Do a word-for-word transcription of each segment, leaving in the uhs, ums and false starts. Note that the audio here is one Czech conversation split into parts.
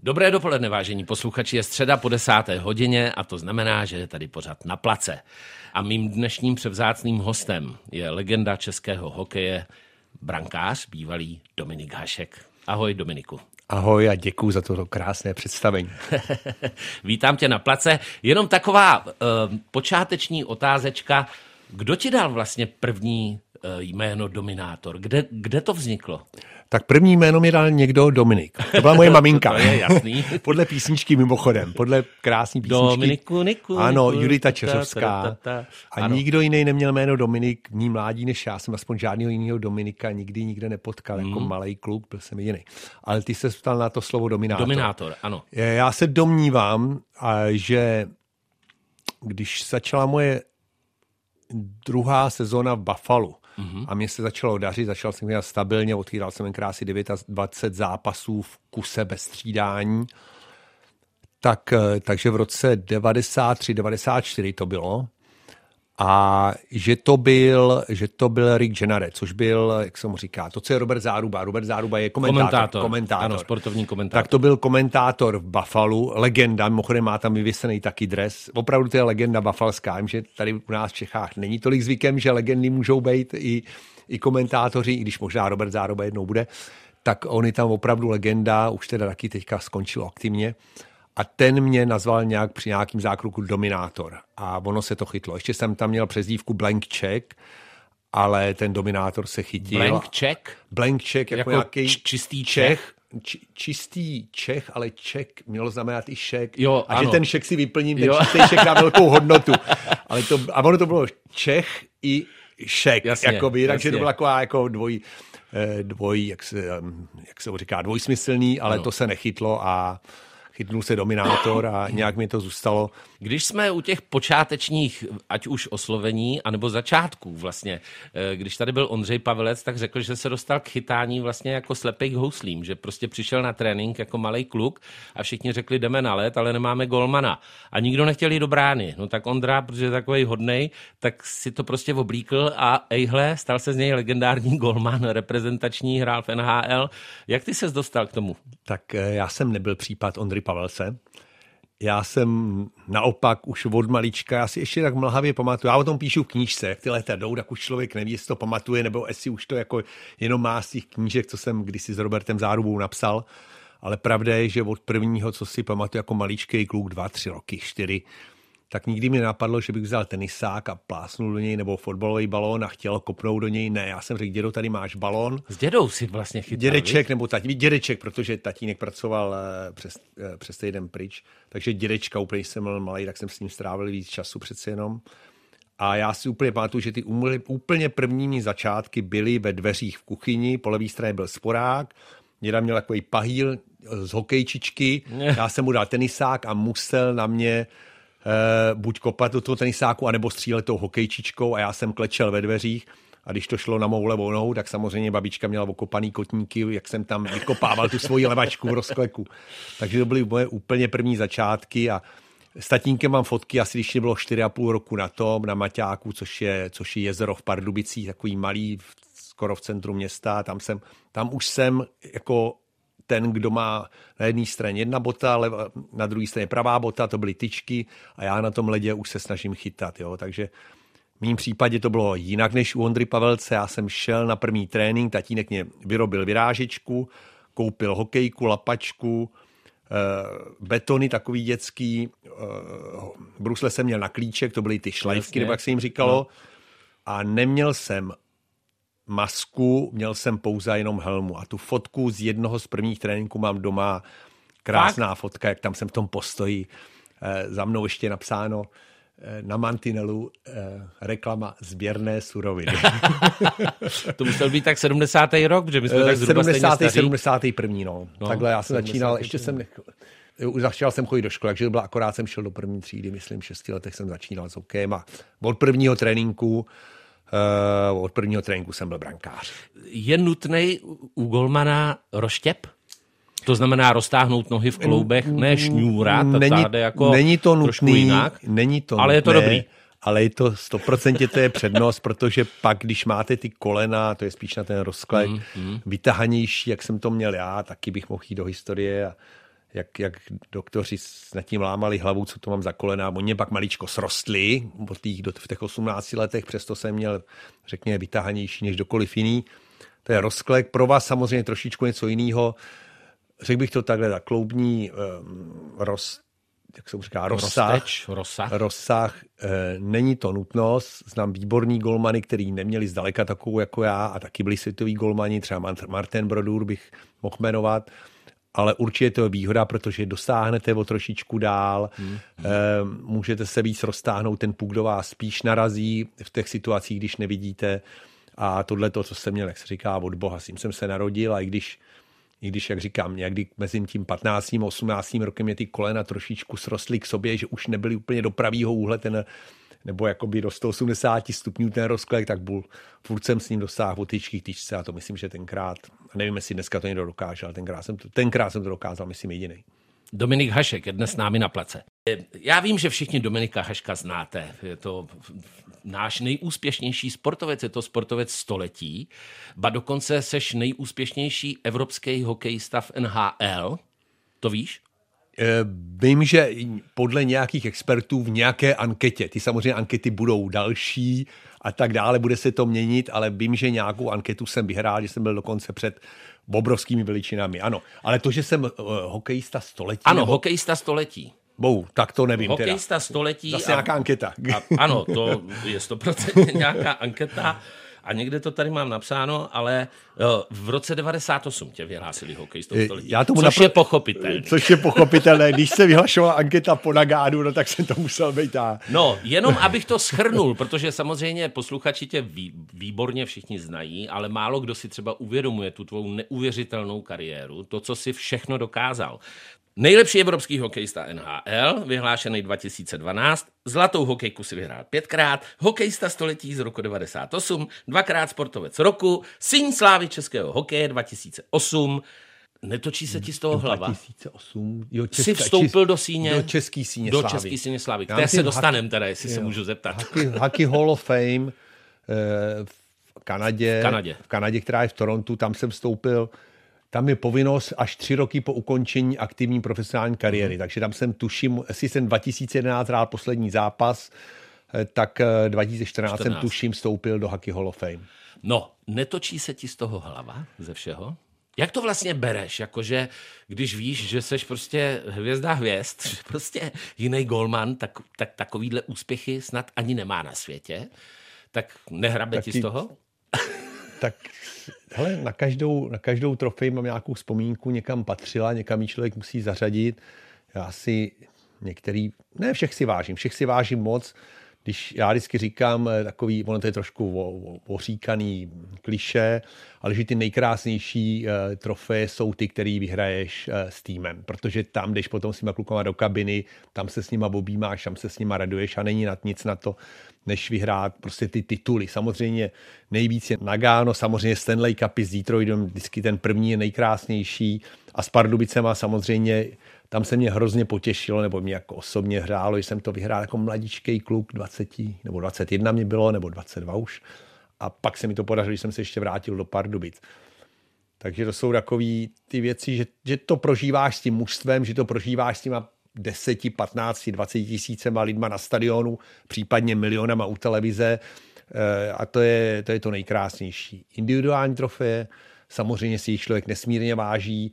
Dobré dopoledne, vážení posluchači, je středa po desáté hodině a to znamená, že je tady pořad Na place. A mým dnešním převzácným hostem je legenda českého hokeje, brankář, bývalý Dominik Hašek. Ahoj, Dominiku. Ahoj a děkuju za toto krásné představení. Vítám tě Na place. Jenom taková uh, počáteční otázečka. Kdo ti dal vlastně první uh, jméno Dominátor? Kde, kde to vzniklo? Tak první jméno mi dal někdo Dominik. To byla moje maminka. To je jasný. Podle písničky mimochodem, podle krásné písničky. Dominiku, Niku, ano, Niku, Judita ta, Čeřovská. ta, ta, ta. A ano. nikdo jiný neměl jméno Dominik v mý mládí než já. Jsem aspoň žádného jiného Dominika nikdy nikde nepotkal. Mm. Jako malej kluk, byl jsem jiný. Ale ty se ptal na to slovo Dominátor. Dominátor, ano. Já se domnívám, že když začala moje druhá sezóna v Buffalu, mm-hmm. a mně se začalo dařit, začal jsem hrát stabilně, otvíral jsem krásy dvacet devět zápasů v kuse bez střídání, tak, takže v roce devadesát tři devadesát čtyři to bylo. A že to byl, že to byl Rick Genare, což byl, jak se mu říká, to, co je Robert Záruba. Robert Záruba je komentátor. Komentátor, komentátor. Ano, sportovní komentátor. Tak to byl komentátor v Buffalu, legenda, mimochodem má tam vyvěsený taky dres. Opravdu to je legenda buffalská. Vím, že tady u nás v Čechách není tolik zvykem, že legendy můžou být i, i komentátoři, i když možná Robert Záruba jednou bude, tak on je tam opravdu legenda, už teda taky teďka skončil aktivně. A ten mě nazval nějak při nějakým zákroku Dominátor. A ono se to chytlo. Ještě jsem tam měl přezdívku Blank Check, ale ten Dominátor se chytil. Blank Check? Blank Check jako, jako nějaký č- čistý Čech. Č- čistý Čech, ale Ček mělo znamenat i šek. Jo, a ano. že ten šek si vyplním, ten čistý šek má velkou hodnotu. Ale to, a ono to bylo Čech i šek. Jasně, jakoby, takže jasně. to byla taková jako dvoj, dvoj jak, se, jak se říká, dvojsmyslný, ale ano. To se nechytlo a chytnul se Dominátor a nějak mi to zůstalo. Když jsme u těch počátečních, ať už oslovení, anebo začátků vlastně, když tady byl Ondřej Pavelec, tak řekl, že se dostal k chytání vlastně jako slepej k houslím, že prostě přišel na trénink jako malej kluk a všichni řekli, jdeme na led, ale nemáme golmana. A nikdo nechtěl jít do brány. No tak Ondra, protože je takovej hodnej, tak si to prostě oblíkl a ejhle, stal se z něj legendární golman, reprezentační, hrál v N H L. Jak ty ses dostal k tomu? Tak já jsem nebyl případ Ondry Pavelce. Já jsem naopak už od malička, já si ještě tak mlhavě pamatuju, já o tom píšu v knížce, jak ty léta jdou, tak už člověk neví, jestli to pamatuje, nebo jestli už to jako jenom má z těch knížek, co jsem kdysi s Robertem Zárubou napsal, ale pravda je, že od prvního, co si pamatuju jako maličkej kluk, dva, tři roky, čtyři, tak nikdy mi napadlo, že bych vzal tenisák a plásnul do něj, nebo fotbalový balón a chtěl kopnout do něj. Ne, já jsem řekl, dědo, tady máš balón. S dědou si vlastně chytal, Dědeček, nebo tatínek, dědeček, protože tatínek pracoval přes, přes týden pryč, takže dědečka, úplně jsem byl malý, tak jsem s ním strávil víc času přece jenom. A já si úplně pamatuju, že ty úplně prvními začátky byly ve dveřích v kuchyni, po levé straně byl sporák, děda měl takový pahýl z hokejčičky, já jsem mu dal tenisák a musel na mě Uh, buď kopat do toho tenisáku, anebo střílet tou hokejčičkou a já jsem klečel ve dveřích a když to šlo na mou levou nohu, tak samozřejmě babička měla okopaný kotníky, jak jsem tam vykopával tu svoji levačku v rozkleku. Takže to byly moje úplně první začátky a s tatínkem mám fotky, asi když mě bylo čtyři a půl roku na tom, na Maťáku, což je, což je jezero v Pardubicích, takový malý, skoro v centru města, tam jsem, tam už jsem jako ten, kdo má na jedné straně jedna bota, na druhé straně pravá bota, to byly tyčky a já na tom ledě už se snažím chytat. Jo? Takže v mým případě to bylo jinak než u Ondry Pavelce. Já jsem šel na první trénink, tatínek mě vyrobil vyrážečku, koupil hokejku, lapačku, betony takový dětský, brusle jsem měl na klíček, to byly ty šlajvky, nebo jak se jim říkalo, no. A neměl jsem masku, měl jsem pouze jenom helmu. A tu fotku z jednoho z prvních tréninků mám doma. Krásná Fakt? fotka, jak tam jsem v tom postoji. E, za mnou ještě napsáno e, na mantinelu e, reklama sběrné suroviny. To musel být tak sedmdesátý rok, že my jsme tak zhruba stejně staří. sedmdesátý první No. no. Takhle já jsem začínal, ještě jsem nech... Začal jsem chodit do školy, takže to byla, akorát jsem šel do první třídy, myslím, v šesti letech jsem začínal s hokejem a od prvního tréninku Uh, od prvního tréninku jsem byl brankář. Je nutnej u golmana roštěp? To znamená roztáhnout nohy v kloubech, ne šňůrat, není, a jako není to nutný, jinak, není to ale nutné, je to dobrý. Ale je to sto procent to je přednost, protože pak, když máte ty kolena, to je spíš na ten rozklek, mm, mm. vytahanější, jak jsem to měl já, taky bych mohl jít do historie a jak, jak doktoři nad tím lámali hlavu, co to mám za kolena. Oni mě pak maličko srostli od těch, do, v těch osmnácti letech, přesto jsem měl, řekněme, vytahanější než kdokoliv jiný. To je rozklek. Pro vás samozřejmě trošičku něco jiného. Řekl bych to takhle, tak kloubní um, roz, jak se říká, rozsah. Rozteč, rozsah. rozsah e, není to nutnost. Znám výborný golmany, který neměli zdaleka takovou jako já a taky byli světoví golmani, třeba Martin Brodeur bych mohl jmenovat, ale určitě to je výhoda, protože dosáhnete o trošičku dál, hmm. e, můžete se víc roztáhnout, ten puk do vás spíš narazí v těch situacích, když nevidíte a tohle to, co jsem měl, jak se říká, od Boha, s tím jsem se narodil a i když I když, jak říkám, někdy mezi tím patnáctým a osmnáctým rokem mě ty kolena trošičku srostly k sobě, že už nebyly úplně do pravýho úhle, ten, nebo jakoby do sto osmdesát stupňů ten rozklek, tak byl, furt jsem s ním dosáhl o tyčky k tyčce a to myslím, že tenkrát, nevím, jestli dneska to někdo dokáže, ale tenkrát jsem to, tenkrát jsem to dokázal, myslím, jedinej. Dominik Hašek je dnes s námi na place. Já vím, že všichni Dominika Haška znáte. Je to náš nejúspěšnější sportovec, je to sportovec století, ba dokonce seš nejúspěšnější evropský hokejista v N H L. To víš? Vím, že podle nějakých expertů v nějaké anketě, ty samozřejmě ankety budou další a tak dále, bude se to měnit, ale vím, že nějakou anketu jsem vyhrál, že jsem byl dokonce před obrovskými veličinami. Ano, ale to, že jsem uh, hokejista století... Ano, nebo... hokejista století. Bou, tak to nevím hokejista teda. století. Zase a... nějaká anketa. A, ano, to je sto procent nějaká anketa. A někde to tady mám napsáno, ale jo, v roce devadesát osm tě vyhlásili hokejistou století. Já tomu což napr- je pochopitelné. Což je pochopitelné. Když se vyhlašovala anketa po Nagádu, no tak jsem to musel být já. No, jenom abych to shrnul, protože samozřejmě posluchači tě vý, výborně všichni znají, ale málo kdo si třeba uvědomuje tu tvou neuvěřitelnou kariéru, to, co si všechno dokázal. Nejlepší evropský hokejista N H L, vyhlášený dva tisíce dvanáct, zlatou hokejku si vyhrál pětkrát, hokejista století z roku devadesát osm, dvakrát sportovec roku, syn slávy českého hokeje dva tisíce osm. Netočí se ti z toho hlava? dva tisíce osm, jo, Jsi vstoupil do síně? Do český síně do slávy. Do český síně slávy, které se dostanem teda, jestli jo, se můžu zeptat. Hockey, hockey Hall of Fame v Kanadě, v Kanadě, v Kanadě, která je v Torontu, tam jsem vstoupil. Tam je povinnost až tři roky po ukončení aktivní profesionální kariéry. Mm. Takže tam jsem tuším, jestli jsem dva tisíce jedenáct hrál poslední zápas, tak dva tisíce čtrnáct jsem tuším vstoupil do Hockey Hall of Fame. No, netočí se ti z toho hlava ze všeho? Jak to vlastně bereš? Jakože, když víš, že seš prostě hvězda hvězd, že prostě jiný golman, tak, tak takovýhle úspěchy snad ani nemá na světě, tak nehrabe tak ti z toho? Tak hele, na každou, na každou trofej mám nějakou vzpomínku, někam patřila, někam ji člověk musí zařadit. Já si některý, ne všech si vážím, všech si vážím moc. Když já vždycky říkám takový, ono to je trošku oříkaný klišé, ale že ty nejkrásnější uh, trofeje jsou ty, který vyhraješ uh, s týmem, protože tam jdeš potom s těma klukama do kabiny, tam se s nima objímáš, tam se s nima raduješ a není nad nic na to, než vyhrát prostě ty tituly. Samozřejmě nejvíc je Nagano, samozřejmě Stanley Cupy s Detroitem, vždycky ten první je nejkrásnější a s Pardubicema samozřejmě tam se mě hrozně potěšilo, nebo mě jako osobně hrálo, že jsem to vyhrál jako mladičkej kluk, dvacet nebo dvacet jedna mě bylo, nebo dvacet dva už. A pak se mi to podařilo, že jsem se ještě vrátil do Pardubic. Takže to jsou takové ty věci, že, že to prožíváš s tím mužstvem, že to prožíváš s těma deset, patnáct, dvacet tisícema lidma na stadionu, případně milionama u televize. A to je to, je to nejkrásnější. Individuální trofeje, samozřejmě si jich člověk nesmírně váží.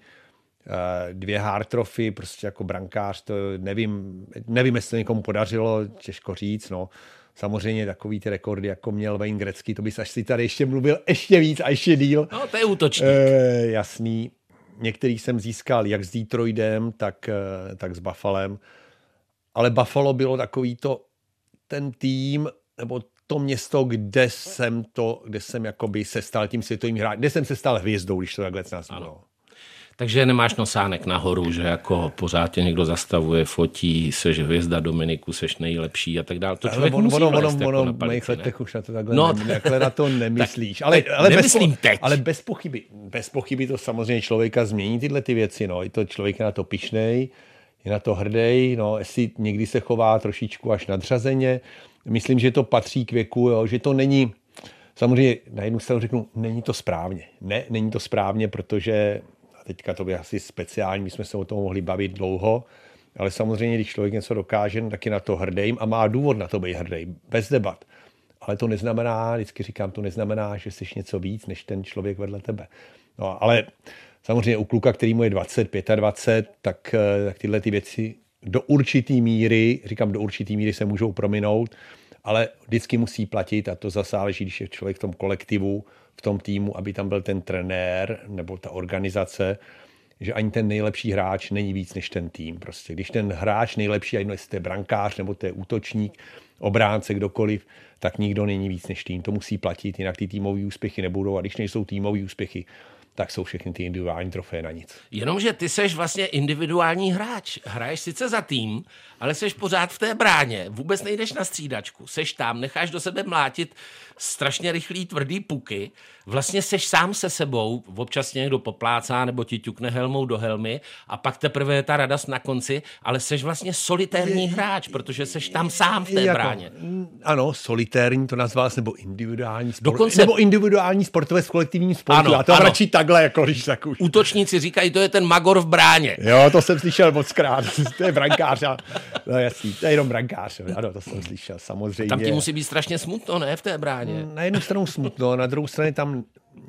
Dvě hard trophy, prostě jako brankář, to nevím, nevím, jestli to někomu podařilo, těžko říct, no. Samozřejmě takový ty rekordy, jako měl Wayne Gretzky, to bys až si tady ještě mluvil ještě víc a ještě díl. No, to je útočník. E, jasný. Některý jsem získal jak s Detroitem, tak, tak s Buffalem, ale Buffalo bylo takový to, ten tým, nebo to město, kde jsem to, kde jsem jakoby se stal tím světovým hráčem, kde jsem se stal hvězdou, když to takhle nazvalo. Takže nemáš nosánek nahoru, že jako pořád tě někdo zastavuje, fotí, seš hvězda Dominiku, seš nejlepší a tak dále. To člověk ono, musí ono, vlézt ono, jako ono, na v palici, mých letech už na to takhle, no, ne, takhle na to nemyslíš. Ale, ale, nemyslím bez, teď. ale bez pochyby, bez pochyby to samozřejmě člověka změní tyhle ty věci. No. I to člověk je na to pyšnej, je na to hrdej, no, jestli někdy se chová trošičku až nadřazeně. Myslím, že to patří k věku, jo, že to není, samozřejmě na jednu stranu řeknu, není to správně. Ne, není to správně, protože A teďka to by asi speciální, my jsme se o tom mohli bavit dlouho, ale samozřejmě, když člověk něco dokáže, tak je na to hrdý a má důvod na to být hrdý, bez debat. Ale to neznamená, vždycky říkám, to neznamená, že jsi něco víc, než ten člověk vedle tebe. No, ale samozřejmě u kluka, který mu je dvacet, dvacet pět, tak, tak tyhle ty věci do určitý míry, říkám, do určitý míry se můžou prominout, ale vždycky musí platit a to zase záleží, když je člověk v tom kolektivu, v tom týmu, aby tam byl ten trenér nebo ta organizace, že ani ten nejlepší hráč není víc než ten tým. Prostě. Když ten hráč nejlepší, jedno jestli to je brankář nebo to je útočník, obránce, kdokoliv, tak nikdo není víc než tým. To musí platit, jinak ty týmové úspěchy nebudou. A když nejsou týmové úspěchy, tak jsou všechny ty individuální trofeje na nic. Jenomže ty seš vlastně individuální hráč. Hraješ sice za tým, ale seš pořád v té bráně. Vůbec nejdeš na střídačku. Seš tam, necháš do sebe mlátit strašně rychlý, tvrdý puky. Vlastně seš sám se sebou, občas někdo poplácá nebo ti ťukne helmou do helmy a pak teprve je ta radost na konci, ale seš vlastně solitérní hráč, protože seš tam sám v té jako, bráně. Ano, solitérní to nazval, nebo individuální sport, Dokonce... nebo individuální sportové s kolektivním sportu. Ano, a to ano. radši takhle, jako když tak už. Útočníci říkají, to je ten magor v bráně. Jo, to jsem slyšel moc krát. To je brankář. A... No jasný, to je jenom brankář. Ano, to jsem slyšel, samozřejmě. Tam ti musí být strašně smutno, ne, v té bráně. Na jednu stranu smutno, na druhou stranu tam,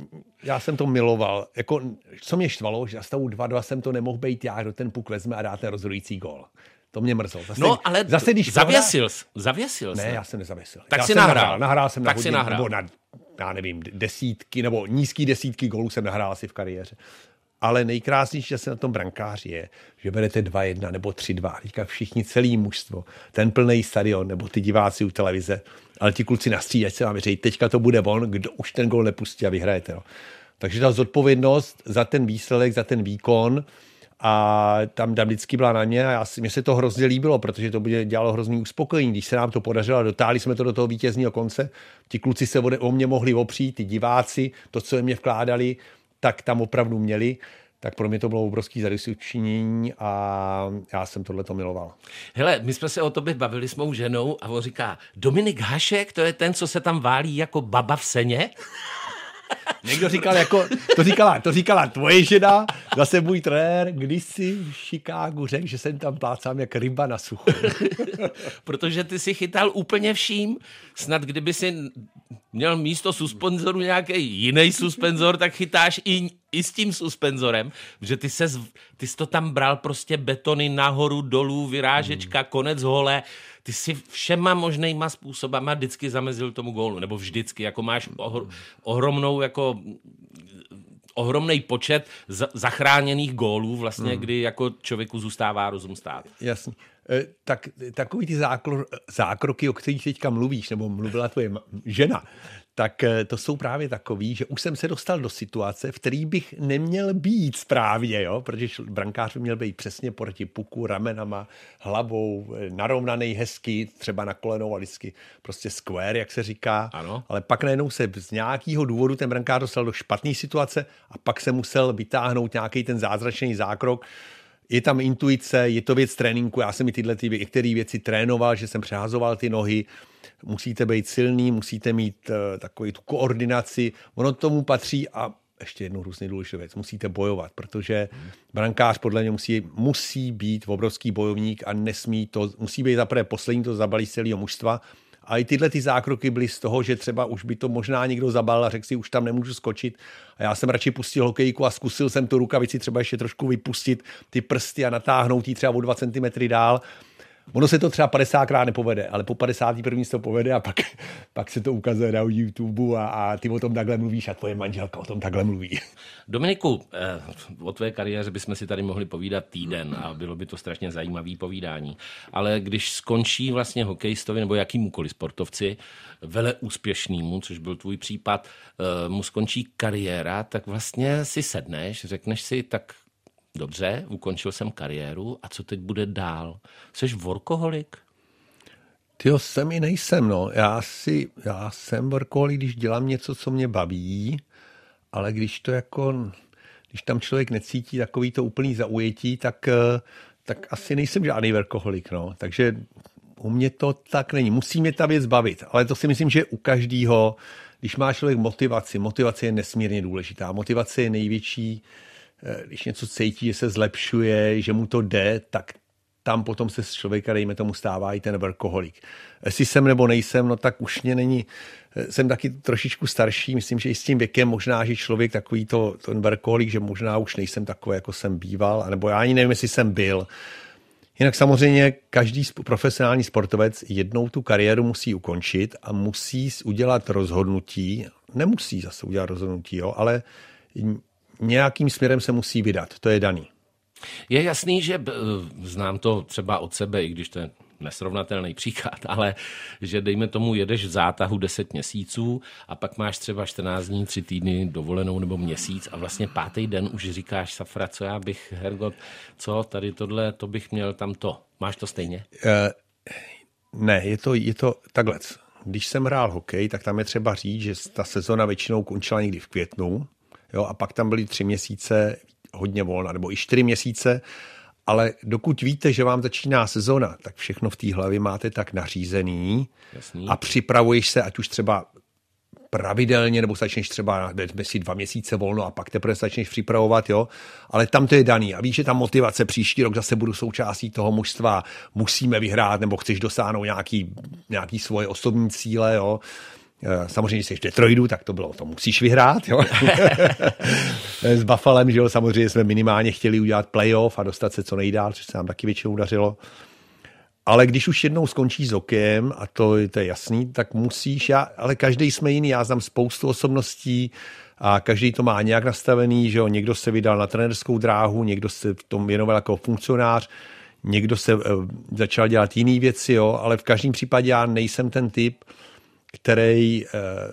já jsem to miloval. Jako, co mě štvalo, že na stavu dva dva jsem to nemohl být já, kdo ten puk vezme a dá ten rozhodující gól. To mě mrzelo. Zase, no, ale zase, když zavěsil jsi. Zavěsil Ne, jsi. já jsem nezavěsil. Tak já si jsem nahrál. nahrál. Nahrál jsem tak na si hodně, nahrál. nebo na, já nevím, desítky, nebo nízký desítky gólů jsem nahrál asi v kariéře. Ale nejkrásnější se na tom brankáři je, že berete dva jedna nebo tři dva. Teďka všichni, celý mužstvo, ten plný stadion, nebo ty diváci u televize, ale ti kluci na střídačce vám říkají, teďka to bude on, kdo už ten gól nepustí a vyhrajete. No. Takže ta zodpovědnost za ten výsledek, za ten výkon a tam, tam vždycky byla na mě a já si, mně se to hrozně líbilo, protože to by dělalo hrozný uspokojení, když se nám to podařilo a dotáhli jsme to do toho vítězního konce. Ti kluci se o mě mohli opřít, ty diváci, to, co mě vkládali, tak tam opravdu měli, tak pro mě to bylo obrovský zadostiučinění a já jsem tohleto miloval. Hele, my jsme se o tobě bavili s mou ženou a on říká, Dominik Hašek, to je ten, co se tam válí jako baba v seně? Někdo říkal, jako, to říkala, to říkala tvoje žena, zase můj trenér, když si v Chicagu řekl, že jsem tam plácám jak ryba na suchu. Protože ty si chytal úplně vším. Snad kdyby si měl místo suspenzoru nějaký jiný suspenzor, tak chytáš i, i s tím suspenzorem, že ty, ses, ty jsi to tam bral prostě betony nahoru, dolů, vyrážečka, hmm. konec hole. Ty si všema možnýma způsobama vždycky zamezil tomu gólu, nebo vždycky, jako máš ohr, ohromnou, jako ohromný počet z, zachráněných gólů, vlastně, hmm. kdy jako člověku zůstává rozum stát. Jasně. E, tak takový ty zákro, zákroky, o kterých teďka mluvíš, nebo mluvila tvoje žena, tak to jsou právě takový, že už jsem se dostal do situace, v který bych neměl být správně, jo? Protože brankář by měl být přesně proti puku, ramenama, hlavou, narovnaný hezky, třeba na kolenou a vždycky prostě square, jak se říká. Ano. Ale pak najednou se z nějakého důvodu ten brankář dostal do špatné situace a pak se musel vytáhnout nějaký ten zázračný zákrok. Je tam intuice, je to věc tréninku, já jsem i tyhle ty, některé věci trénoval, že jsem přehazoval ty nohy, musíte být silný, musíte mít uh, takovou tu koordinaci, ono tomu patří a ještě jednu hrozně důležitou věc, musíte bojovat, protože brankář podle mě musí, musí být obrovský bojovník a nesmí to, musí být zaprvé poslední, to zabalí celého mužstva. A i tyhle ty zákroky byly z toho, že třeba už by to možná někdo zabalil a řekl si, už tam nemůžu skočit. A já jsem radši pustil hokejku a zkusil jsem tu rukavici třeba ještě trošku vypustit, ty prsty a natáhnout ji třeba o dva centimetry dál. Ono se to třeba padesátkrát nepovede, ale po padesátý první se to povede a pak, pak se to ukazuje na YouTube a, a ty o tom takhle mluvíš a tvoje manželka o tom takhle mluví. Dominiku, eh, o tvé kariéře bychom si tady mohli povídat týden a bylo by to strašně zajímavý povídání. Ale když skončí vlastně hokejistovi nebo jakýmukoliv sportovci, vele úspěšnýmu, což byl tvůj případ, eh, mu skončí kariéra, tak vlastně si sedneš, řekneš si, tak dobře, ukončil jsem kariéru a co teď bude dál? Jseš workoholik? Tyjo, jsem i nejsem, no. Já, si, já jsem workoholik, když dělám něco, co mě baví, ale když to jako, když tam člověk necítí takový to úplný zaujetí, tak, tak asi nejsem žádný workoholik, no. Takže u mě to tak není. Musí mě ta věc bavit, ale to si myslím, že u každého, když má člověk motivaci, motivace je nesmírně důležitá. Motivace je největší když něco cítí, že se zlepšuje, že mu to jde, tak tam potom se z člověka, dejme tomu, stává i ten workoholik. Jestli jsem nebo nejsem, no tak už mě není, jsem taky trošičku starší, myslím, že i s tím věkem možná, že člověk takový to, ten workoholik, že možná už nejsem takový, jako jsem býval, anebo já ani nevím, jestli jsem byl. Jinak samozřejmě každý profesionální sportovec jednou tu kariéru musí ukončit a musí udělat rozhodnutí, nemusí zase udělat rozhodnutí, jo, ale nějakým směrem se musí vydat, to je daný. Je jasný, že znám to třeba od sebe, i když to je nesrovnatelný příklad, ale že dejme tomu jedeš v zátahu deset měsíců a pak máš třeba čtrnáct dní, tři týdny dovolenou nebo měsíc a vlastně pátý den už říkáš, safra, co já bych, hergot, co tady tohle, to bych měl tam to. Máš to stejně? Uh, ne, je to, je to takhle. Když jsem hrál hokej, tak tam je třeba říct, že ta sezona většinou končila někdy v květnu, jo, a pak tam byly tři měsíce hodně volna, nebo i čtyři měsíce, ale dokud víte, že vám začíná sezona, tak všechno v té hlavě máte tak nařízený. Jasný. A připravuješ se, ať už třeba pravidelně, nebo začneš třeba si dva měsíce volno a pak teprve začneš připravovat, jo, ale tam to je daný a víš, že ta motivace příští rok zase budu součástí toho mužstva, musíme vyhrát, nebo chceš dosáhnout nějaký, nějaký svoje osobní cíle, jo. Samozřejmě, když jsi v Detroitu, tak to bylo, to musíš vyhrát. Jo? S Buffalem, že jo, samozřejmě jsme minimálně chtěli udělat playoff a dostat se co nejdál, což se nám taky většinou dařilo. Ale když už jednou skončíš s hokejem, a to, to je jasný, tak musíš, já, ale každý jsme jiný, já znám spoustu osobností a každý to má nějak nastavený, že jo, někdo se vydal na trenérskou dráhu, někdo se v tom věnoval jako funkcionář, někdo se uh, začal dělat jiné věci, jo, ale v každém případě já nejsem ten typ, který,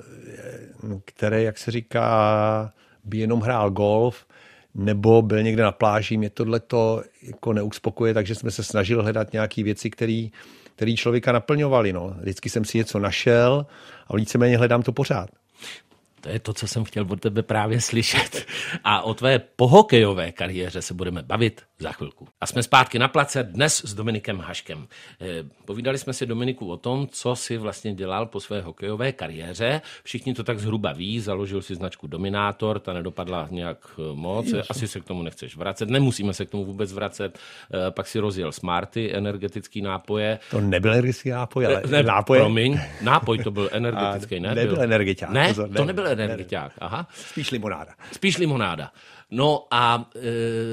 který, jak se říká, by jenom hrál golf, nebo byl někde na pláži. Mě tohleto jako neuspokuje, takže jsme se snažili hledat nějaké věci, které člověka naplňovaly. No. Vždycky jsem si něco našel a víceméně hledám to pořád. To je to, co jsem chtěl od tebe právě slyšet. A o tvé pohokejové kariéře se budeme bavit za chvilku. A jsme zpátky na place dnes s Dominikem Haškem. Povídali jsme si, Dominiku, o tom, co si vlastně dělal po své hokejové kariéře. Všichni to tak zhruba ví, založil si značku Dominátor, ta nedopadla nějak moc. Asi se k tomu nechceš vracet, nemusíme se k tomu vůbec vracet. Pak si rozjel Smarty, energetický nápoje. To nebyl energetický nápoj, ale ne, nápoje. Promiň, nápoj to byl energetický, ne? Nebyl energeťák. Ne, pozor, to nebyl energeťák, aha. Spíš limonáda. Spíš limonáda. No a e,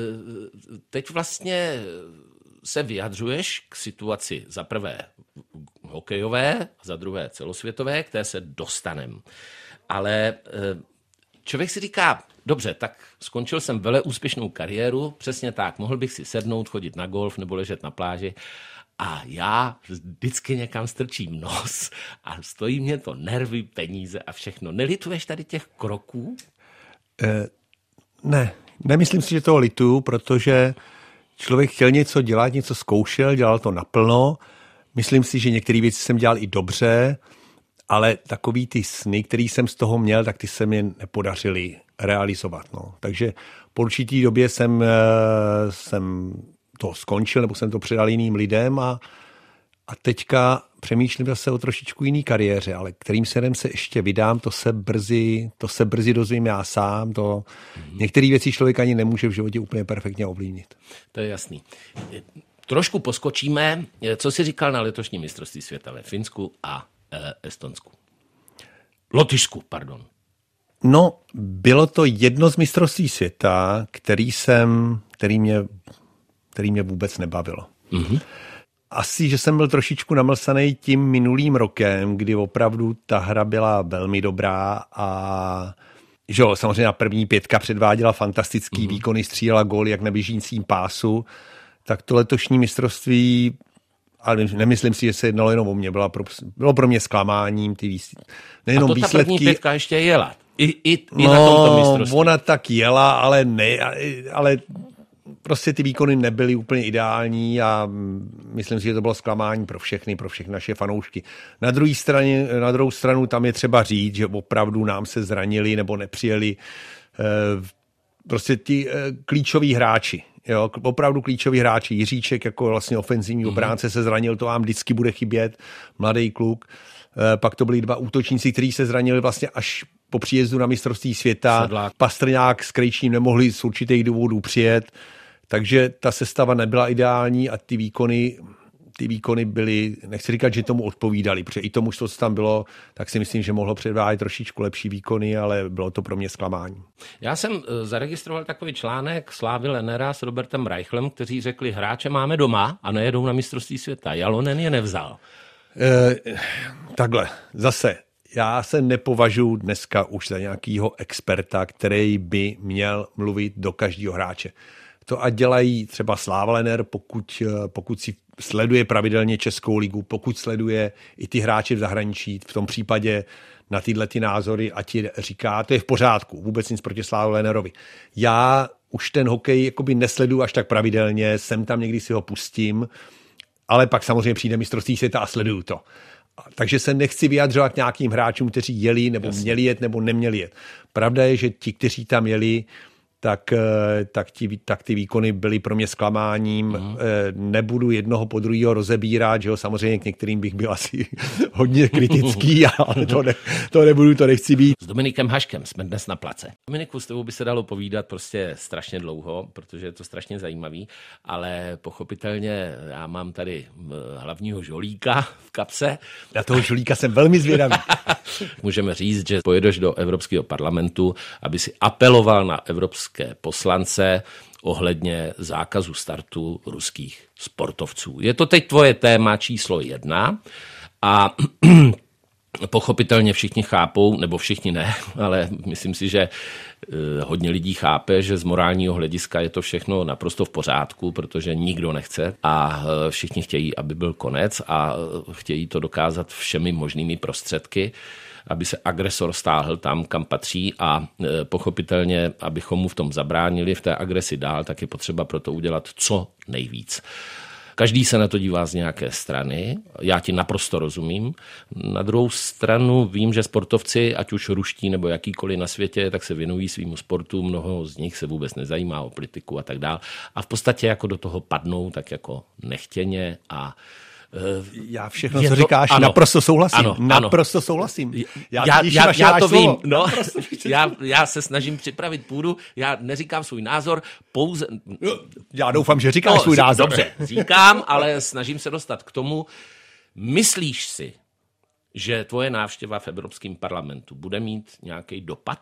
teď vlastně se vyjadřuješ k situaci za prvé hokejové, za druhé celosvětové, k té se dostanem. Ale e, člověk si říká, dobře, tak skončil jsem vele úspěšnou kariéru, přesně tak, mohl bych si sednout, chodit na golf nebo ležet na pláži, a já vždycky někam strčím nos a stojí mě to nervy, peníze a všechno. Nelituješ tady těch kroků? Eh, ne, nemyslím si, že toho lituju, protože člověk chtěl něco dělat, něco zkoušel, dělal to naplno. Myslím si, že některé věci jsem dělal i dobře, ale takový ty sny, který jsem z toho měl, tak ty se mi nepodařily realizovat. No. Takže po určitý době jsem, jsem to skončil, nebo jsem to předal jiným lidem a, a teďka přemýšlím zase o trošičku jiný kariéře, ale kterým směrem se ještě vydám, to se brzy, to se brzy dozvím já sám. To mm-hmm. Některé věci člověk ani nemůže v životě úplně perfektně ovlivnit. To je jasný. Trošku poskočíme. Co jsi říkal na letošním mistrovství světa ve Finsku a e, Estonsku? Lotyšsku, pardon. No, bylo to jedno z mistrovství světa, který jsem, který mě, který mě vůbec nebavilo. Mm-hmm. Asi, že jsem byl trošičku namlsaný tím minulým rokem, kdy opravdu ta hra byla velmi dobrá a že jo, samozřejmě první pětka předváděla fantastický mm-hmm. výkony, střílela góly jak na běžícím pásu, tak to letošní mistrovství, ale nemyslím si, že se jednalo jenom o mě, bylo pro, bylo pro mě zklamáním. Ty výs... nejenom a to ta výsledky, první pětka ještě jela. I, i, i no, na tomto mistrovství. Ona tak jela, ale ne, ale prostě ty výkony nebyly úplně ideální a myslím si, že to bylo zklamání pro všechny, pro všechny naše fanoušky. Na druhé straně, na druhou stranu tam je třeba říct, že opravdu nám se zranili nebo nepřijeli eh, prostě ti eh, klíčoví hráči. Jo, opravdu klíčoví hráči. Jiříček jako vlastně ofenzivní mm-hmm. obránce se zranil, to vám vždycky bude chybět, mladý kluk. Eh, pak to byli dva útočníci, kteří se zranili vlastně až po příjezdu na mistrovství světa. Sedlák. Pastrňák s Krejčím nemohli z určitých důvodů přijet, takže ta sestava nebyla ideální a ty výkony, ty výkony byly, nechci říkat, že tomu odpovídali, protože i tomu, co tam bylo, tak si myslím, že mohlo předvádět trošičku lepší výkony, ale bylo to pro mě zklamání. Já jsem zaregistroval takový článek Slávy Lennera s Robertem Reichlem, kteří řekli, hráče máme doma a nejedou na mistrovství světa. Jalonen je nevzal. E, takhle, zase. Já se nepovažuji dneska už za nějakého experta, který by měl mluvit do každého hráče. To ať dělají třeba Sláva Lenner, pokud, pokud si sleduje pravidelně Českou ligu, pokud sleduje i ty hráče v zahraničí, v tom případě na tyhle ty názory a ti říká, to je v pořádku, vůbec nic proti Slávu Lennerovi. Já už ten hokej jakoby nesleduju až tak pravidelně, sem tam někdy si ho pustím, ale pak samozřejmě přijde mistrovství světa a sleduju to. Takže se nechci vyjadřovat k nějakým hráčům, kteří jeli nebo Jasně. měli jet nebo neměli jet. Pravda je, že ti, kteří tam jeli, tak, tak, ti, tak ty výkony byly pro mě zklamáním. Mm. Nebudu jednoho po druhého rozebírat, že jo, samozřejmě k některým bych byl asi hodně kritický, ale to, ne, to nebudu, to nechci být. S Dominikem Haškem jsme dnes na place. Dominiku, s tebou by se dalo povídat prostě strašně dlouho, protože je to strašně zajímavý, ale pochopitelně já mám tady hlavního žolíka v kapse. Na toho žolíka jsem velmi zvědavý. Můžeme říct, že pojedeš do Evropského parlamentu, aby si apeloval na evropské poslance ohledně zákazu startu ruských sportovců. Je to teď tvoje téma číslo jedna a pochopitelně všichni chápou, nebo všichni ne, ale myslím si, že hodně lidí chápe, že z morálního hlediska je to všechno naprosto v pořádku, protože nikdo nechce a všichni chtějí, aby byl konec a chtějí to dokázat všemi možnými prostředky, aby se agresor stáhl tam, kam patří a pochopitelně, abychom mu v tom zabránili, v té agresi dál, tak je potřeba pro to udělat co nejvíc. Každý se na to dívá z nějaké strany, já ti naprosto rozumím. Na druhou stranu vím, že sportovci, ať už ruští nebo jakýkoliv na světě, tak se věnují svýmu sportu, mnoho z nich se vůbec nezajímá o politiku a tak dál. A v podstatě jako do toho padnou tak jako nechtěně a já všechno, co to, říkáš, ano, naprosto souhlasím. Ano, naprosto ano. souhlasím. Já, já, já, já to vím. No, já, já se snažím připravit půdu, já neříkám svůj názor, pouze... Já doufám, že říkáš no, svůj názor. Dobře, říkám, ale snažím se dostat k tomu. Myslíš si, že tvoje návštěva v Evropském parlamentu bude mít nějaký dopad?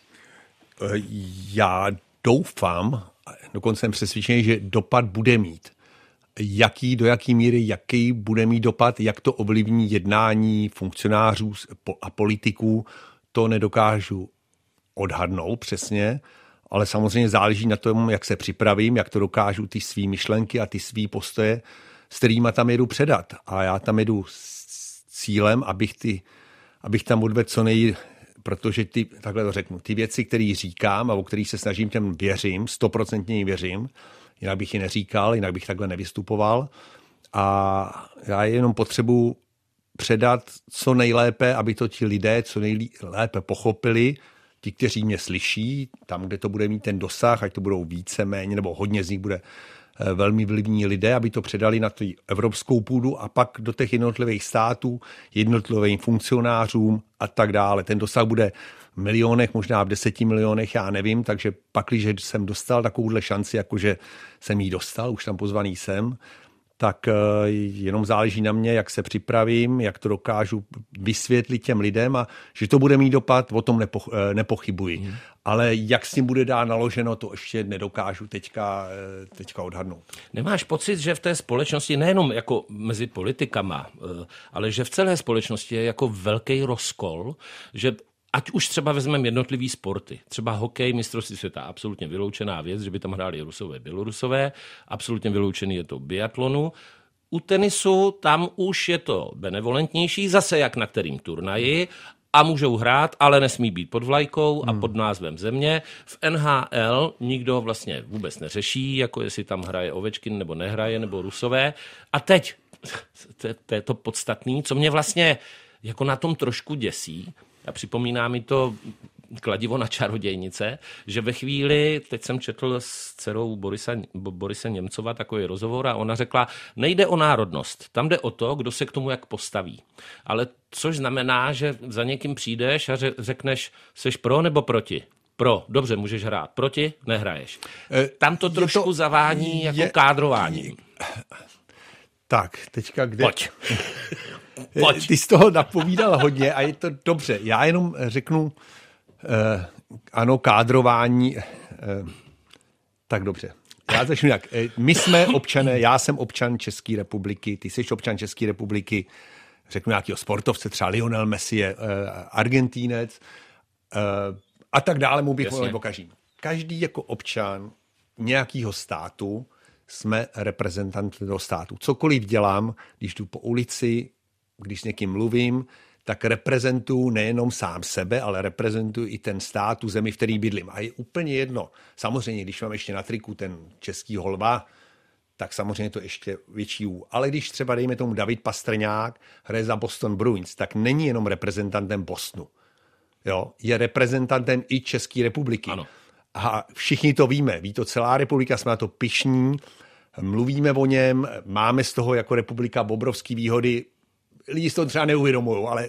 Já doufám, dokonce jsem přesvědčený, že dopad bude mít. Jaký, do jaký míry, jaký bude mít dopad, jak to ovlivní jednání funkcionářů a politiků, to nedokážu odhadnout přesně, ale samozřejmě záleží na tom, jak se připravím, jak to dokážu ty svý myšlenky a ty svý postoje, s kterýma tam jedu předat. A já tam jedu s cílem, abych, ty, abych tam odvedl co nej... Protože ty, takhle to řeknu, ty věci, které říkám a o kterých se snažím, těm věřím, stoprocentně věřím, jinak bych ji neříkal, jinak bych takhle nevystupoval. A já jenom potřebuji předat co nejlépe, aby to ti lidé co nejlépe pochopili, ti, kteří mě slyší, tam, kde to bude mít ten dosah, ať to budou více, méně, nebo hodně z nich bude velmi vlivní lidé, aby to předali na tu evropskou půdu a pak do těch jednotlivých států, jednotlivým funkcionářům a tak dále. Ten dosah bude v milionech, možná v deseti milionech, já nevím, takže pak, když jsem dostal takovouhle šanci, jakože jsem ji dostal, už tam pozvaný jsem, tak jenom záleží na mě, jak se připravím, jak to dokážu vysvětlit těm lidem a že to bude mít dopad, o tom nepo, nepochybuji. Hmm. Ale jak s tím bude dál naloženo, to ještě nedokážu teďka, teďka odhadnout. Nemáš pocit, že v té společnosti, nejenom jako mezi politikama, ale že v celé společnosti je jako velký rozkol, že ať už třeba vezmeme jednotlivý sporty, třeba hokej, mistrovství světa, absolutně vyloučená věc, že by tam hráli Rusové, Bělorusové, absolutně vyloučený je to biatlonu. U tenisu tam už je to benevolentnější, zase jak na kterým turnaji, a můžou hrát, ale nesmí být pod vlajkou a pod názvem země. V N H L nikdo vlastně vůbec neřeší, jako jestli tam hraje Ovečkin nebo nehraje, nebo Rusové. A teď, to, to je to podstatné, co mě vlastně jako na tom trošku děsí, a připomíná mi to kladivo na čarodějnice, že ve chvíli, teď jsem četl s dcerou Borisa, Borise Němcova takový rozhovor a ona řekla, nejde o národnost, tam jde o to, kdo se k tomu jak postaví. Ale což znamená, že za někým přijdeš a řekneš, seš pro nebo proti? Pro, dobře, můžeš hrát. Proti, nehraješ. Tam to trošku to, zavání jako je, kádrování. Tak, teďka kde... Pojď. Pojď. Ty jsi toho napovídal hodně a je to dobře. Já jenom řeknu, eh, ano, kádrování, eh, tak dobře. Já začnu jak. My jsme občané, já jsem občan České republiky, ty jsi občan České republiky, řeknu nějakého sportovce, třeba Lionel Messi je eh, Argentínec, eh, a tak dále, mu bych mluvil o každým. Každý jako občan nějakého státu jsme reprezentant toho státu. Cokoliv dělám, když jdu po ulici, když s někým mluvím, tak reprezentuju nejenom sám sebe, ale reprezentuju i ten stát, tu zemi, v který bydlím. A je úplně jedno. Samozřejmě, když mám ještě na triku ten český holva, tak samozřejmě to ještě větší U. Ale když třeba, dejme tomu, David Pastrňák hraje za Boston Bruins, tak není jenom reprezentantem Bostonu. Jo, je reprezentantem i České republiky. Ano. A všichni to víme. Ví to celá republika, jsme na to pyšní, mluvíme o něm, máme z toho jako republika obrovský výhody. Lidi si to třeba neuvědomují, ale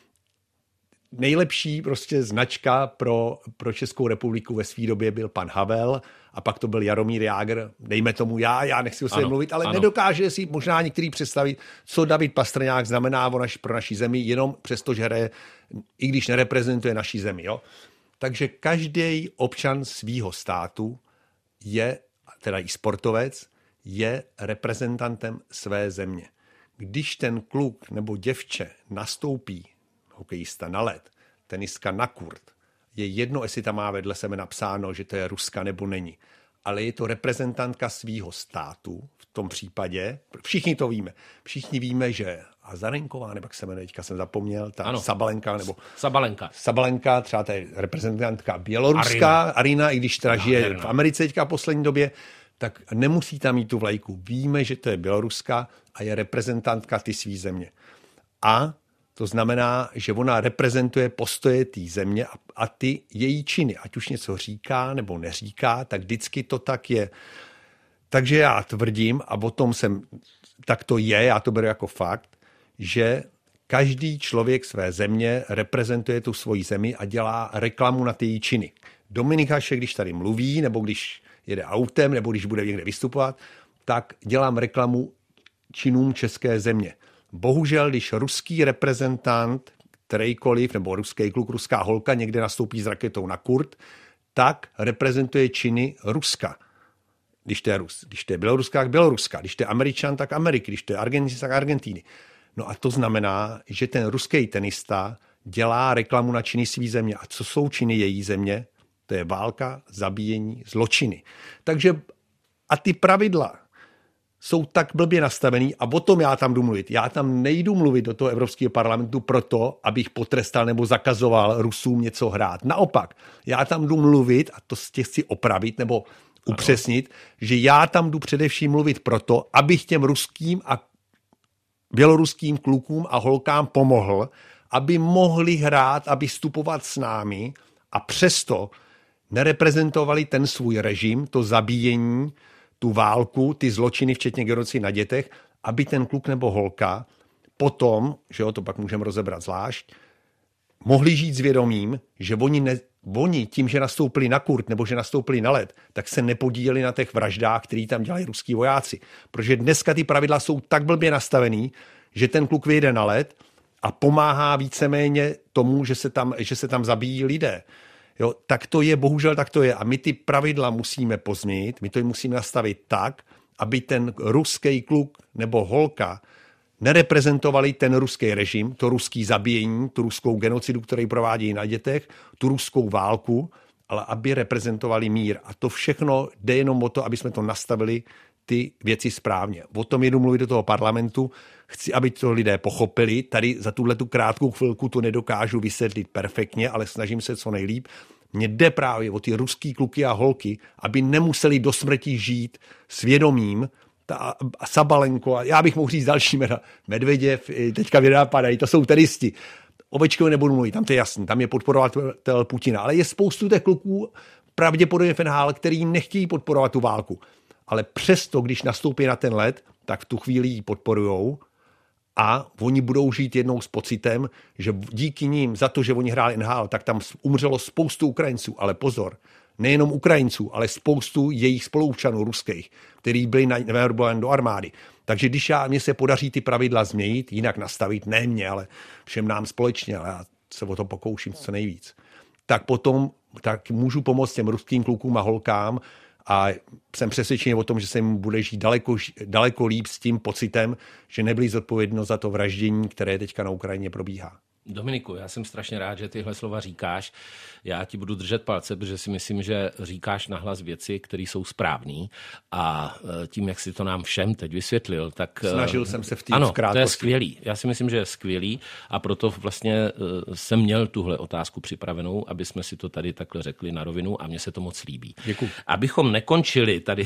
nejlepší prostě značka pro, pro Českou republiku ve své době byl pan Havel a pak to byl Jaromír Jágr, dejme tomu já, já nechci o sobě mluvit, ale ano. Nedokáže si možná některý představit, co David Pastrňák znamená pro naši zemi, jenom přesto, že hraje, i když nereprezentuje naši zemi. Jo? Takže každý občan svýho státu je, teda i sportovec, je reprezentantem své země. Když ten kluk nebo děvče nastoupí, hokejista na led, tenistka na kurt, je jedno, jestli tam má vedle sebe napsáno, že to je Ruska nebo není. Ale je to reprezentantka svýho státu v tom případě. Všichni to víme. Všichni víme, že Azarenková, nebo jak se jmenuje, teďka jsem zapomněl, ta ano. Sabalenka, nebo Sabalenka. Sabalenka, třeba ta je reprezentantka Běloruska, Arina, Arina i když teda žije no, v Americe teďka v poslední době, tak nemusí tam mít tu vlajku. Víme, že to je Běloruska a je reprezentantka ty svý země. A to znamená, že ona reprezentuje postoje té země a, a ty její činy, ať už něco říká nebo neříká, tak vždycky to tak je. Takže já tvrdím, a o tom jsem, tak to je, já to beru jako fakt, že každý člověk své země reprezentuje tu svoji zemi a dělá reklamu na ty její činy. Dominik Hašek, když tady mluví, nebo když jede autem, nebo když bude někde vystupovat, tak dělám reklamu činům české země. Bohužel, když ruský reprezentant, kterýkoliv, nebo ruský kluk, ruská holka někde nastoupí s raketou na kurt, tak reprezentuje činy Ruska. Když to je Rus. Když to je Běloruska, tak Běloruska. Když to je Američan, tak Ameriky. Když to je Argentin, tak Argentíny. No a to znamená, že ten ruský tenista dělá reklamu na činy svý země. A co jsou činy její země? To je válka, zabíjení, zločiny. Takže a ty pravidla jsou tak blbě nastavený a o tom já tam jdu mluvit. Já tam nejdu mluvit do toho Evropského parlamentu proto, abych potrestal nebo zakazoval Rusům něco hrát. Naopak, já tam jdu mluvit, a to tě chci opravit nebo upřesnit, ano. Že já tam jdu především mluvit proto, abych těm ruským a běloruským klukům a holkám pomohl, aby mohli hrát, aby vstupovat s námi a přesto nereprezentovali ten svůj režim, to zabíjení, tu válku, ty zločiny, včetně genocidy na dětech, aby ten kluk nebo holka potom, že jo, to pak můžeme rozebrat zvlášť, mohli žít s vědomím, že oni, ne, oni tím, že nastoupili na kurt nebo že nastoupili na led, tak se nepodíleli na těch vraždách, který tam dělají ruský vojáci. Protože dneska ty pravidla jsou tak blbě nastavený, že ten kluk vyjde na led a pomáhá víceméně tomu, že se tam, že se tam zabíjí lidé. Jo, tak to je, bohužel tak to je. A my ty pravidla musíme pozměnit, my to musíme nastavit tak, aby ten ruský kluk nebo holka nereprezentovali ten ruský režim, to ruský zabíjení, tu ruskou genocidu, který provádí na dětech, tu ruskou válku, ale aby reprezentovali mír. A to všechno jde jenom o to, aby jsme to nastavili ty věci správně. O tom jedu mluvit do toho parlamentu. Chci, aby to lidé pochopili. Tady za tuhletu krátkou chvilku to nedokážu vysvětlit perfektně, ale snažím se co nejlíp. Mně jde právě o ty ruský kluky a holky, aby nemuseli do smrti žít svědomím. Ta Sabalenko, a já bych mohl říct další jména, Medveděv, teďka mě napadají, to jsou tenisti. Ovečkovi nebudu mluvit, tam to je jasný, tam je podporovatel Putina, ale je spoustu těch kluků, pravděpodobně v N H L, který nechtějí podporovat tu válku. Ale přesto, když nastoupí na ten led, tak v tu chvíli ji podporujou a oni budou žít jednou s pocitem, že díky nim, za to, že oni hráli N H L, tak tam umřelo spoustu Ukrajinců, ale pozor, nejenom Ukrajinců, ale spoustu jejich spoluobčanů ruských, kteří byli naverbováni do armády. Takže když já, mně se podaří ty pravidla změnit, jinak nastavit, ne mě, ale všem nám společně, ale já se o to pokouším co nejvíc, tak potom tak můžu pomoct těm ruským klukům a holkám a jsem přesvědčený o tom, že se jim bude žít daleko, daleko líp s tím pocitem, že nebyli zodpovědnost za to vraždění, které teďka na Ukrajině probíhá. Dominiku, já jsem strašně rád, že tyhle slova říkáš. Já ti budu držet palce, protože si myslím, že říkáš nahlas věci, které jsou správné. A tím, jak si to nám všem teď vysvětlil, tak... Snažil jsem se v té Ano, to je skvělý. Já si myslím, že je skvělý a proto vlastně jsem měl tuhle otázku připravenou, aby jsme si to tady takhle řekli na rovinu a mně se to moc líbí. Děkuji. Abychom nekončili tady,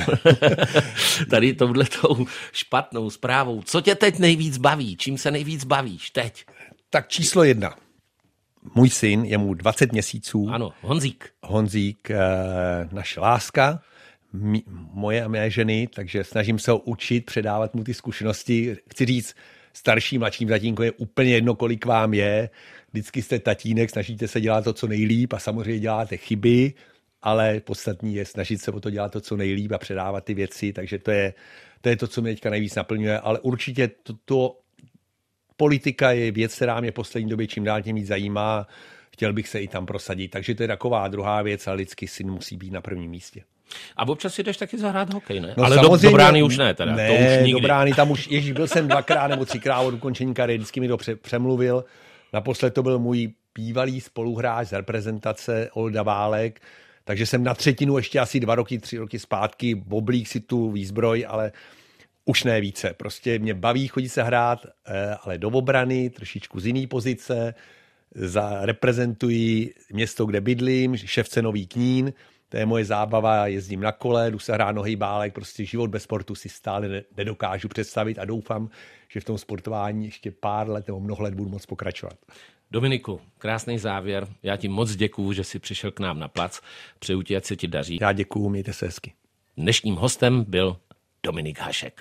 tady touhletou špatnou zprávou. Co tě teď nejvíc baví? Čím se nejvíc bavíš teď? Tak číslo jedna. Můj syn, je mu dvacet měsíců. Ano, Honzík. Honzík, naše láska, moje a mé ženy, takže snažím se ho učit, předávat mu ty zkušenosti. Chci říct, starším, mladším tatínko je úplně jedno, kolik vám je. Vždycky jste tatínek, snažíte se dělat to, co nejlíp a samozřejmě děláte chyby, ale podstatný je snažit se o to dělat to, co nejlíp a předávat ty věci, takže to je to, je to co mě teďka nejvíc naplňuje, ale určitě to, to politika je věc, která mě poslední době čím dál tím víc zajímá. Chtěl bych se i tam prosadit. Takže to je taková druhá věc, ale lidský syn musí být na prvním místě. A občas si jdeš taky zahrát hokej, ne? No, ale do, do brány už ne, teda. Ne, to už nikdy. do brány tam už, ježíš, byl jsem dvakrát nebo třikrát od ukončení kariéry, vždycky mi to přemluvil. Naposled to byl můj bývalý spoluhráč z reprezentace Olda Válek, takže jsem na třetinu ještě asi dva roky, tři roky zpátky, boblík si tu výzbroj, ale už ne více. Prostě mě baví chodit se hrát, ale do obrany, trošičku z jiný pozice. Za, reprezentuji město, kde bydlím, Ševce Nový Knín. To je moje zábava, jezdím na kole, jdu se hrát nohejbálek, prostě život bez sportu si stále nedokážu představit a doufám, že v tom sportování ještě pár let nebo mnoho let budu moc pokračovat. Dominiku, krásný závěr. Já ti moc děkuju, že jsi přišel k nám na plac. Přeju ti, ať se ti daří. Já děkuju, mějte se hezky. Dnešním hostem byl Dominik Hašek.